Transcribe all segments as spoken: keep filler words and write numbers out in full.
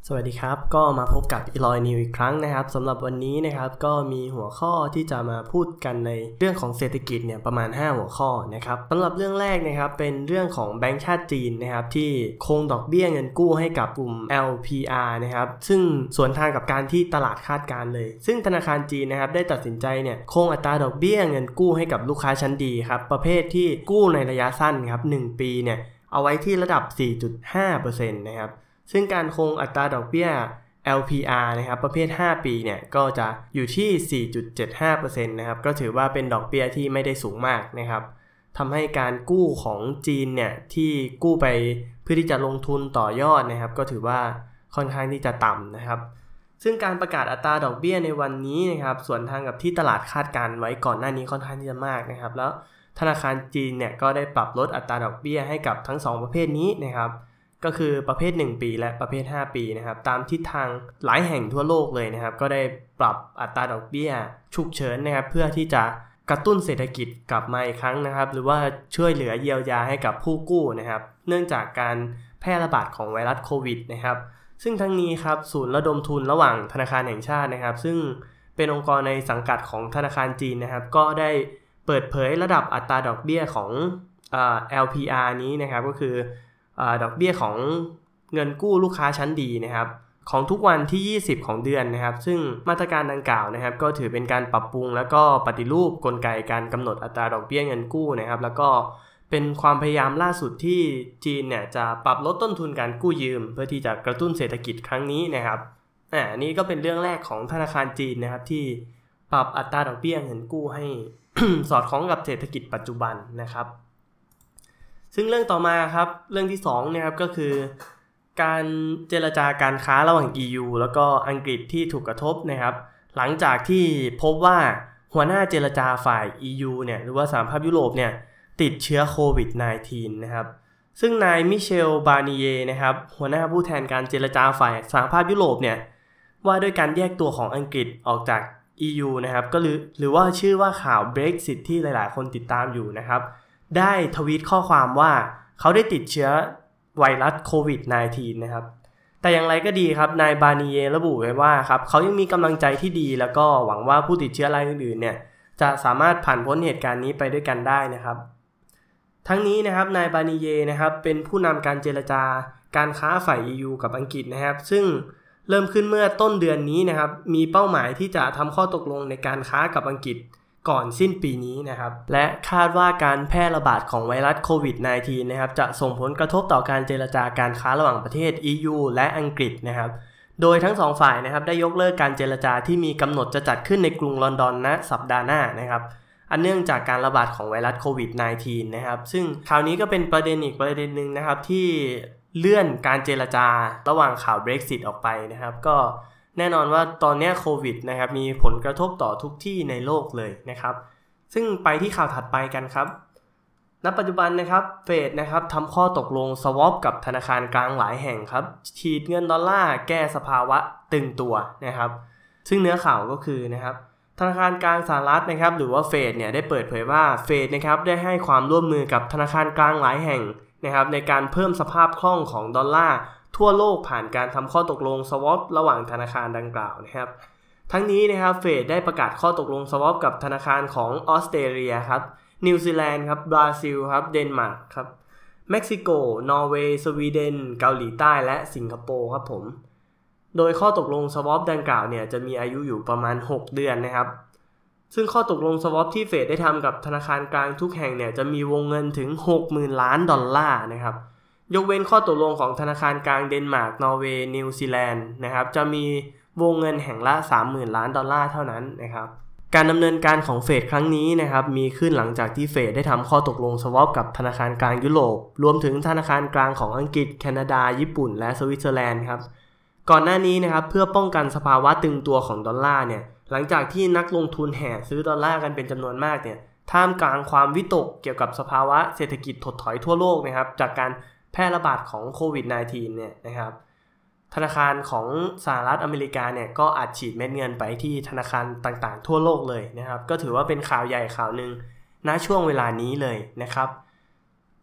สวัสดีครับก็มาพบกับ Eloy New อีกครั้งนะครับสำหรับวันนี้นะครับก็มีหัวข้อที่จะมาพูดกันในเรื่องของเศรษฐกิจเนี่ยประมาณห้าหัวข้อนะครับสำหรับเรื่องแรกนะครับเป็นเรื่องของแบงก์ชาติจีนนะครับที่คงดอกเบี้ยเงินกู้ให้กับกลุ่ม แอล พี อาร์ นะครับซึ่งสวนทางกับการที่ตลาดคาดการณ์เลยซึ่งธนาคารจีนนะครับได้ตัดสินใจเนี่ยคงอัตราดอกเบี้ยเงินกู้ให้กับลูกค้าชั้นดีครับประเภทที่กู้ในระยะสั้นครับหนึ่งปีเนี่ยเอาไว้ที่ระดับ สี่จุดห้าเปอร์เซ็นต์ นะครับซึ่งการคงอัตราดอกเบี้ยแอล พี อาร์ นะครับประเภทห้าปีเนี่ยก็จะอยู่ที่ สี่จุดเจ็ดห้าเปอร์เซ็นต์ นะครับก็ถือว่าเป็นดอกเบี้ยที่ไม่ได้สูงมากนะครับทำให้การกู้ของจีนเนี่ยที่กู้ไปเพื่อที่จะลงทุนต่อยอดนะครับก็ถือว่าค่อนข้างที่จะต่ำนะครับซึ่งการประกาศอัตราดอกเบี้ยในวันนี้นะครับส่วนทางกับที่ตลาดคาดการไว้ก่อนหน้านี้ค่อนข้างที่จะมากนะครับแล้วธนาคารจีนเนี่ยก็ได้ปรับลดอัตราดอกเบี้ยให้กับทั้งสองประเภทนี้นะครับก็คือประเภทหนึ่งปีและประเภทห้าปีนะครับตามทิศทางหลายแห่งทั่วโลกเลยนะครับก็ได้ปรับอัตราดอกเบี้ยฉุกเฉินนะครับเพื่อที่จะกระตุ้นเศรษฐกิจกลับมาอีกครั้งนะครับหรือว่าช่วยเหลือเยียวยาให้กับผู้กู้นะครับเนื่องจากการแพร่ระบาดของไวรัสโควิดนะครับซึ่งทั้งนี้ครับศูนย์ระดมทุนระหว่างธนาคารแห่งชาตินะครับซึ่งเป็นองค์กรในสังกัดของธนาคารจีนนะครับก็ได้เปิดเผยระดับอัตราดอกเบี้ยของเอ่อ แอล พี อาร์ นี้นะครับก็คือดอกเบี้ยของเงินกู้ลูกค้าชั้นดีนะครับของทุกวันที่ยี่สิบของเดือนนะครับซึ่งมาตรการดังกล่าวนะครับก็ถือเป็นการปรับปรุงแล้วก็ปฏิรูปกลไกการกำหนดอัตราดอกเบี้ยเงินกู้นะครับแล้วก็เป็นความพยายามล่าสุดที่จีนเนี่ยจะปรับลดต้นทุนการกู้ยืมเพื่อที่จะกระตุ้นเศรษฐกิจครั้งนี้นะครับอ่านี่ก็เป็นเรื่องแรกของธนาคารจีนนะครับที่ปรับอัตราดอกเบี้ยเงินกู้ให้ สอดคล้องกับเศรษฐกิจปัจจุบันนะครับซึ่งเรื่องต่อมาครับเรื่องที่สองนะครับก็คือการเจรจาการค้าระหว่าง อี ยู แล้วก็อังกฤษที่ถูกกระทบนะครับหลังจากที่พบว่าหัวหน้าเจรจาฝ่าย อี ยู เนี่ยหรือว่าสหภาพยุโรปเนี่ยติดเชื้อโควิด สิบเก้า นะครับซึ่งนายมิเชลบาร์นีเยนะครับหัวหน้าผู้แทนการเจรจาฝ่ายสหภาพยุโรปเนี่ยว่าด้วยการแยกตัวของอังกฤษออกจาก อี ยู นะครับก็หรือหรือว่าชื่อว่าข่าว Brexit ที่หลายๆคนติดตามอยู่นะครับได้ทวีตข้อความว่าเขาได้ติดเชื้อไวรัสโควิด สิบเก้า นะครับแต่อย่างไรก็ดีครับนายบาร์นีเยระบุไว้ว่าครับเขายังมีกำลังใจที่ดีแล้วก็หวังว่าผู้ติดเชื้อรายอื่นๆเนี่ยจะสามารถผ่านพ้นเหตุการณ์นี้ไปด้วยกันได้นะครับทั้งนี้นะครับนายบาร์นีเยนะครับเป็นผู้นำการเจรจาการค้าฝ่าย อี ยู กับอังกฤษนะครับซึ่งเริ่มขึ้นเมื่อต้นเดือนนี้นะครับมีเป้าหมายที่จะทำข้อตกลงในการค้ากับอังกฤษก่อนสิ้นปีนี้นะครับและคาดว่าการแพร่ระบาดของไวรัสโควิด สิบเก้า นะครับจะส่งผลกระทบต่อการเจรจาการค้าระหว่างประเทศ อี ยู และอังกฤษนะครับโดยทั้งสองฝ่ายนะครับได้ยกเลิกการเจรจาที่มีกำหนดจะจัดขึ้นในกรุงลอนดอนณสัปดาห์หน้านะครับอันเนื่องจากการระบาดของไวรัสโควิด สิบเก้า นะครับซึ่งคราวนี้ก็เป็นประเด็นอีกประเด็นนึงนะครับที่เลื่อนการเจรจาระหว่างข่าว Brexit ออกไปนะครับก็แน่นอนว่าตอนนี้โควิดนะครับมีผลกระทบต่อทุกที่ในโลกเลยนะครับซึ่งไปที่ข่าวถัดไปกันครับณปัจจุบันนะครับเฟดนะครับทำข้อตกลง swap กับธนาคารกลางหลายแห่งครับฉีดเงินดอลลาร์แก้สภาวะตึงตัวนะครับซึ่งเนื้อข่าวก็คือนะครับธนาคารกลางสหรัฐนะครับหรือว่าเฟดเนี่ยได้เปิดเผยว่าเฟดนะครับได้ให้ความร่วมมือกับธนาคารกลางหลายแห่งนะครับในการเพิ่มสภาพคล่องของดอลลาร์ทั่วโลกผ่านการทำข้อตกลง swap ระหว่างธนาคารดังกล่าวนะครับทั้งนี้นะครับเฟดได้ประกาศข้อตกลง swap กับธนาคารของออสเตรเลียครับนิวซีแลนด์ครับบราซิลครับเดนมาร์กครับเม็กซิโกนอร์เวย์สวีเดนเกาหลีใต้และสิงคโปร์ครับผมโดยข้อตกลง swap ดังกล่าวเนี่ยจะมีอายุอยู่ประมาณหกเดือนนะครับซึ่งข้อตกลง swap ที่เฟดได้ทำกับธนาคารกลางทุกแห่งเนี่ยจะมีวงเงินถึง หกหมื่น ล้านดอลลาร์นะครับยกเว้นข้อตกลงของธนาคารกลางเดนมาร์กนอร์เวย์นิวซีแลนด์นะครับจะมีวงเงินแห่งละ สามหมื่น ล้านดอลลาร์เท่านั้นนะครับการดำเนินการของเฟดครั้งนี้นะครับมีขึ้นหลังจากที่เฟดได้ทำข้อตกลง swap กับธนาคารกลางยุโรปรวมถึงธนาคารกลางของอังกฤษแคนาดาญี่ปุ่นและสวิตเซอร์แลนด์ครับก่อนหน้านี้นะครับเพื่อป้องกันสภาวะตึงตัวของดอลลาร์เนี่ยหลังจากที่นักลงทุนแห่ซื้อดอลลาร์กันเป็นจำนวนมากเนี่ยท่ามกลางความวิตกเกี่ยวกับสภาวะเศรษฐกิจถดถอยทั่วโลกนะครับจากการแพร่ระบาดของโควิด สิบเก้า เนี่ยนะครับธนาคารของสหรัฐอเมริกาเนี่ยก็อัดฉีดเม็ดเงินไปที่ธนาคารต่างๆทั่วโลกเลยนะครับก็ถือว่าเป็นข่าวใหญ่ข่าวนึงณช่วงเวลานี้เลยนะครับ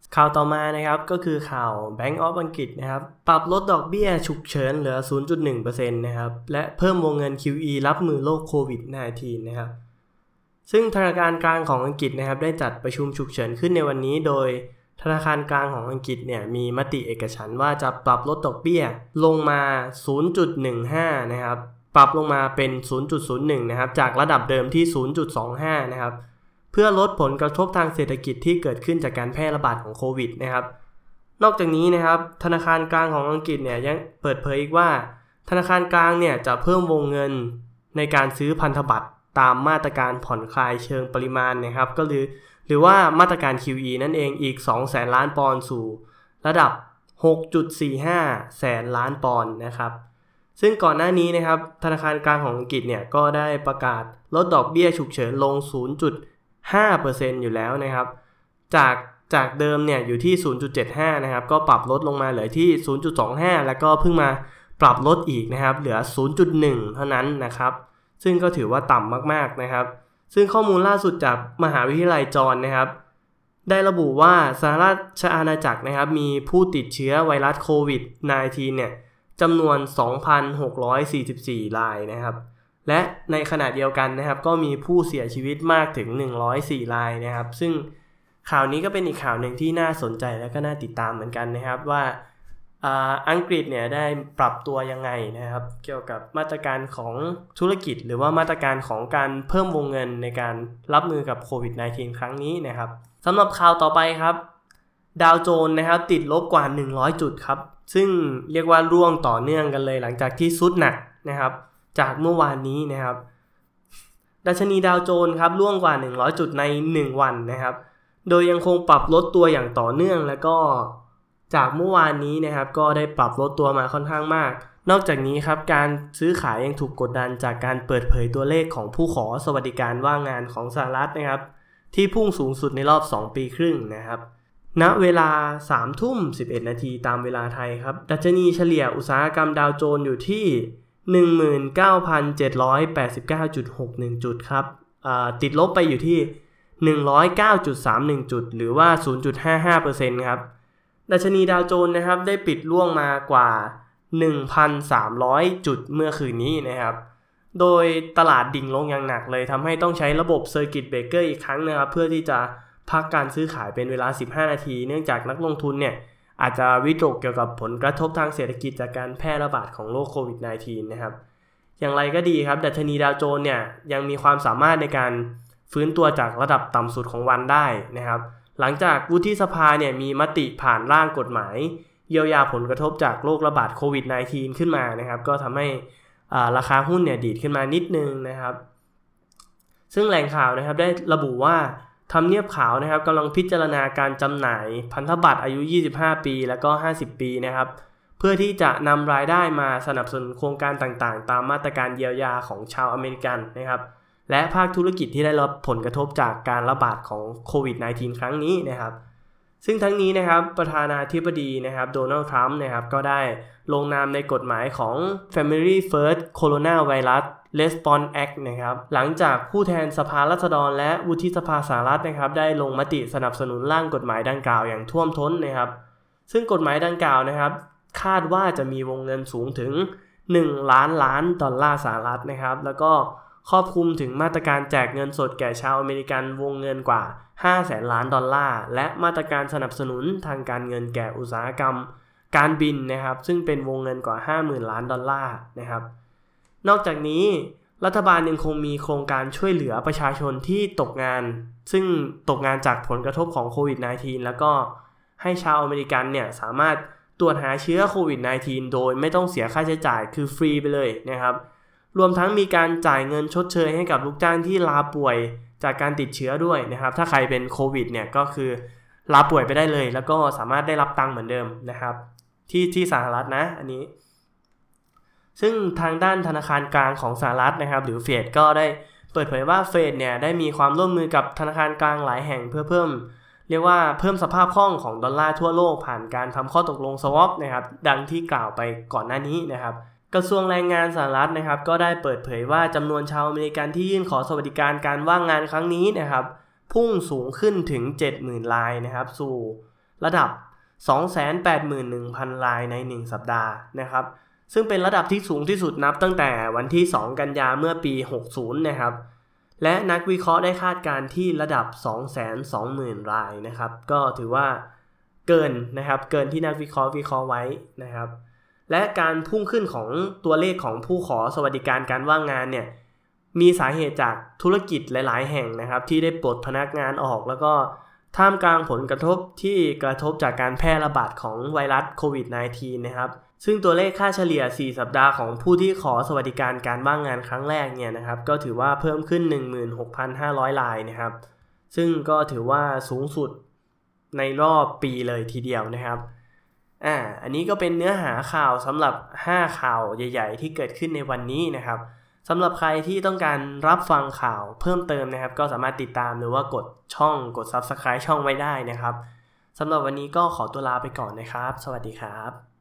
ข่าวต่อมานะครับก็คือข่าว Bank of อังกฤษนะครับปรับลดดอกเบี้ยฉุกเฉินเหลือ ศูนย์จุดหนึ่งเปอร์เซ็นต์ นะครับและเพิ่มวงเงิน คิว อี รับมือโรคโควิด สิบเก้า นะครับซึ่งธนาคารกลางของอังกฤษนะครับได้จัดประชุมฉุกเฉินขึ้นในวันนี้โดยธนาคารกลางของอังกฤษเนี่ยมีมติเอกฉันท์ว่าจะปรับลดดอกเบี้ยลงมา ศูนย์จุดหนึ่งห้า นะครับปรับลงมาเป็น ศูนย์จุดศูนย์หนึ่ง นะครับจากระดับเดิมที่ ศูนย์จุดสองห้า นะครับเพื่อลดผลกระทบทางเศรษฐกิจที่เกิดขึ้นจากการแพร่ระบาดของโควิดนะครับนอกจากนี้นะครับธนาคารกลางของอังกฤษเนี่ยยังเปิดเผยอีกว่าธนาคารกลางเนี่ยจะเพิ่มวงเงินในการซื้อพันธบัตรตามมาตรการผ่อนคลายเชิงปริมาณนะครับก็คือหรือว่ามาตรการ คิว อี นั่นเองอีก สองแสนล้านปอนด์สู่ระดับ หกจุดสี่ห้า แสนล้านปอนด์นะครับซึ่งก่อนหน้านี้นะครับธนาคารกลางของอังกฤษเนี่ยก็ได้ประกาศลดดอกเบี้ยฉุกเฉินลง ศูนย์จุดห้าเปอร์เซ็นต์ อยู่แล้วนะครับจากจากเดิมเนี่ยอยู่ที่ ศูนย์จุดเจ็ดห้า นะครับก็ปรับลดลงมาเหลือที่ ศูนย์จุดสองห้า แล้วก็เพิ่งมาปรับลดอีกนะครับเหลือ ศูนย์จุดหนึ่ง เท่านั้นนะครับซึ่งก็ถือว่าต่ำมากๆนะครับซึ่งข้อมูลล่าสุดจากมหาวิทยาลัยจอห์นนะครับได้ระบุว่าสหราชอาณาจักรนะครับมีผู้ติดเชื้อไวรัสโควิด สิบเก้า เนี่ยจำนวน สองพันหกร้อยสี่สิบสี่ รายนะครับและในขณะเดียวกันนะครับก็มีผู้เสียชีวิตมากถึงหนึ่งร้อยสี่รายนะครับซึ่งข่าวนี้ก็เป็นอีกข่าวหนึ่งที่น่าสนใจและก็น่าติดตามเหมือนกันนะครับว่าอังกฤษเนี่ยได้ปรับตัวยังไงนะครับเกี่ยวกับมาตรการของธุรกิจหรือว่ามาตรการของการเพิ่มวงเงินในการรับมือกับโควิด สิบเก้า ครั้งนี้นะครับสำหรับข่าวต่อไปครับดาวโจนส์นะครับติดลบกว่าหนึ่งร้อยจุดครับซึ่งเรียกว่าร่วงต่อเนื่องกันเลยหลังจากที่ซุดหนักนะครับจากเมื่อวานนี้นะครับดัชนีดาวโจนส์ครับร่วงกว่าหนึ่งร้อยจุดในหนึ่งวันนะครับโดยยังคงปรับลดตัวอย่างต่อเนื่องแล้วก็จากเมื่อวานนี้นะครับก็ได้ปรับลดตัวมาค่อนข้างมากนอกจากนี้ครับการซื้อขายยังถูกกดดันจากการเปิดเผยตัวเลขของผู้ขอสวัสดิการว่างงานของสหรัฐนะครับที่พุ่งสูงสุดในรอบสองปีครึ่งนะครับณเวลา สามทุ่มสิบเอ็ด นาทีตามเวลาไทยครับดัชนีเฉลี่ยอุตสาหกรรมดาวโจนส์อยู่ที่ หนึ่งหมื่นเก้าพันเจ็ดร้อยแปดสิบเก้าจุดหกหนึ่ง จุดครับติดลบไปอยู่ที่ หนึ่งร้อยเก้าจุดสามหนึ่ง จุดหรือว่า ศูนย์จุดห้าห้าเปอร์เซ็นต์ ครับดัชนีดาวโจนส์นะครับได้ปิดล่วงมากว่า หนึ่งพันสามร้อย จุดเมื่อคืนนี้นะครับโดยตลาดดิ่งลงอย่างหนักเลยทำให้ต้องใช้ระบบเซอร์กิตเบรกเกอร์อีกครั้งนะครับเพื่อที่จะพักการซื้อขายเป็นเวลาสิบห้านาทีเนื่องจากนักลงทุนเนี่ยอาจจะวิตกเกี่ยวกับผลกระทบทางเศรษฐกิจจากการแพร่ระบาดของโรคโควิด สิบเก้า นะครับอย่างไรก็ดีครับดัชนีดาวโจนส์เนี่ยยังมีความสามารถในการฟื้นตัวจากระดับต่ำสุดของวันได้นะครับหลังจากวุฒิสภาเนี่ยมีมติผ่านร่างกฎหมายเยียวยาผลกระทบจากโรคระบาดโควิด สิบเก้า ขึ้นมานะครับก็ทำให้ราคาหุ้นเนี่ยดีดขึ้นมานิดนึงนะครับซึ่งแหล่งข่าวนะครับได้ระบุว่าทำเนียบขาวนะครับกำลังพิจารณาการจำหน่ายพันธบัตรอายุยี่สิบห้าปีแล้วก็ห้าสิบปีนะครับเพื่อที่จะนำรายได้มาสนับสนุนโครงการต่างๆตามมาตรการเยียวยาของชาวอเมริกันนะครับและภาคธุรกิจที่ได้รับผลกระทบจากการระบาดของโควิด สิบเก้า ครั้งนี้นะครับซึ่งทั้งนี้นะครับประธานาธิบดีนะครับโดนัลด์ทรัมป์นะครับก็ได้ลงนามในกฎหมายของ Family First Coronavirus Response Act นะครับหลังจากผู้แทนสภาราษฎรและวุฒิสภาสหรัฐนะครับได้ลงมติสนับสนุนร่างกฎหมายดังกล่าวอย่างท่วมท้นนะครับซึ่งกฎหมายดังกล่าวนะครับคาดว่าจะมีวงเงินสูงถึงหนึ่งล้านล้านดอลลาร์สหรัฐนะครับแล้วก็ครอบคลุมถึงมาตรการแจกเงินสดแก่ชาวอเมริกันวงเงินกว่าห้าแสนล้านดอลลาร์และมาตรการสนับสนุนทางการเงินแก่อุตสาหกรรมการบินนะครับซึ่งเป็นวงเงินกว่า ห้าหมื่น ล้านดอลลาร์นะครับนอกจากนี้รัฐบาลยังคงมีโครงการช่วยเหลือประชาชนที่ตกงานซึ่งตกงานจากผลกระทบของโควิด สิบเก้า แล้วก็ให้ชาวอเมริกันเนี่ยสามารถตรวจหาเชื้อโควิด สิบเก้า โดยไม่ต้องเสียค่าใช้จ่ายคือฟรีไปเลยนะครับรวมทั้งมีการจ่ายเงินชดเชยให้กับลูกจ้างที่ลาป่วยจากการติดเชื้อด้วยนะครับถ้าใครเป็นโควิดเนี่ยก็คือลาป่วยไปได้เลยแล้วก็สามารถได้รับตังค์เหมือนเดิมนะครับที่ที่สหรัฐนะอันนี้ซึ่งทางด้านธนาคารกลางของสหรัฐนะครับหรือเฟดก็ได้เปิดเผยว่าเฟดเนี่ยได้มีความร่วมมือกับธนาคารกลางหลายแห่งเพื่อเพิ่มเรียกว่าเพิ่มสภาพคล่องของดอลลาร์ทั่วโลกผ่านการทำข้อตกลง swap นะครับดังที่กล่าวไปก่อนหน้านี้นะครับกระทรวงแรงงานสหรัฐนะครับก็ได้เปิดเผยว่าจำนวนชาวอเมริกันที่ยื่นขอสวัสดิการการว่างงานครั้งนี้นะครับพุ่งสูงขึ้นถึง เจ็ดหมื่น รายนะครับสู่ระดับ สองแสนแปดหมื่นหนึ่งพัน รายในหนึ่งสัปดาห์นะครับซึ่งเป็นระดับที่สูงที่สุดนับตั้งแต่วันที่สองกันยาเมื่อปีหกสิบนะครับและนักวิเคราะห์ได้คาดการณ์ที่ระดับ สองแสนสองหมื่น รายนะครับก็ถือว่าเกินนะครับเกินที่นักวิเคราะห์วิเคราะห์ไว้นะครับและการพุ่งขึ้นของตัวเลขของผู้ขอสวัสดิการการว่างงานเนี่ยมีสาเหตุจากธุรกิจหลายๆแห่งนะครับที่ได้ปลดพนักงานออกแล้วก็ท่ามกลางผลกระทบที่กระทบจากการแพร่ระบาดของไวรัสโควิด สิบเก้า นะครับซึ่งตัวเลขค่าเฉลี่ยสี่สัปดาห์ของผู้ที่ขอสวัสดิการการว่างงานครั้งแรกเนี่ยนะครับก็ถือว่าเพิ่มขึ้น หนึ่งหมื่นหกพันห้าร้อย รายนะครับซึ่งก็ถือว่าสูงสุดในรอบปีเลยทีเดียวนะครับอ่าอันนี้ก็เป็นเนื้อหาข่าวสำหรับห้าข่าวใหญ่ๆที่เกิดขึ้นในวันนี้นะครับสำหรับใครที่ต้องการรับฟังข่าวเพิ่มเติมนะครับก็สามารถติดตามหรือว่ากดช่องกด Subscribe ช่องไว้ได้นะครับสำหรับวันนี้ก็ขอตัวลาไปก่อนนะครับสวัสดีครับ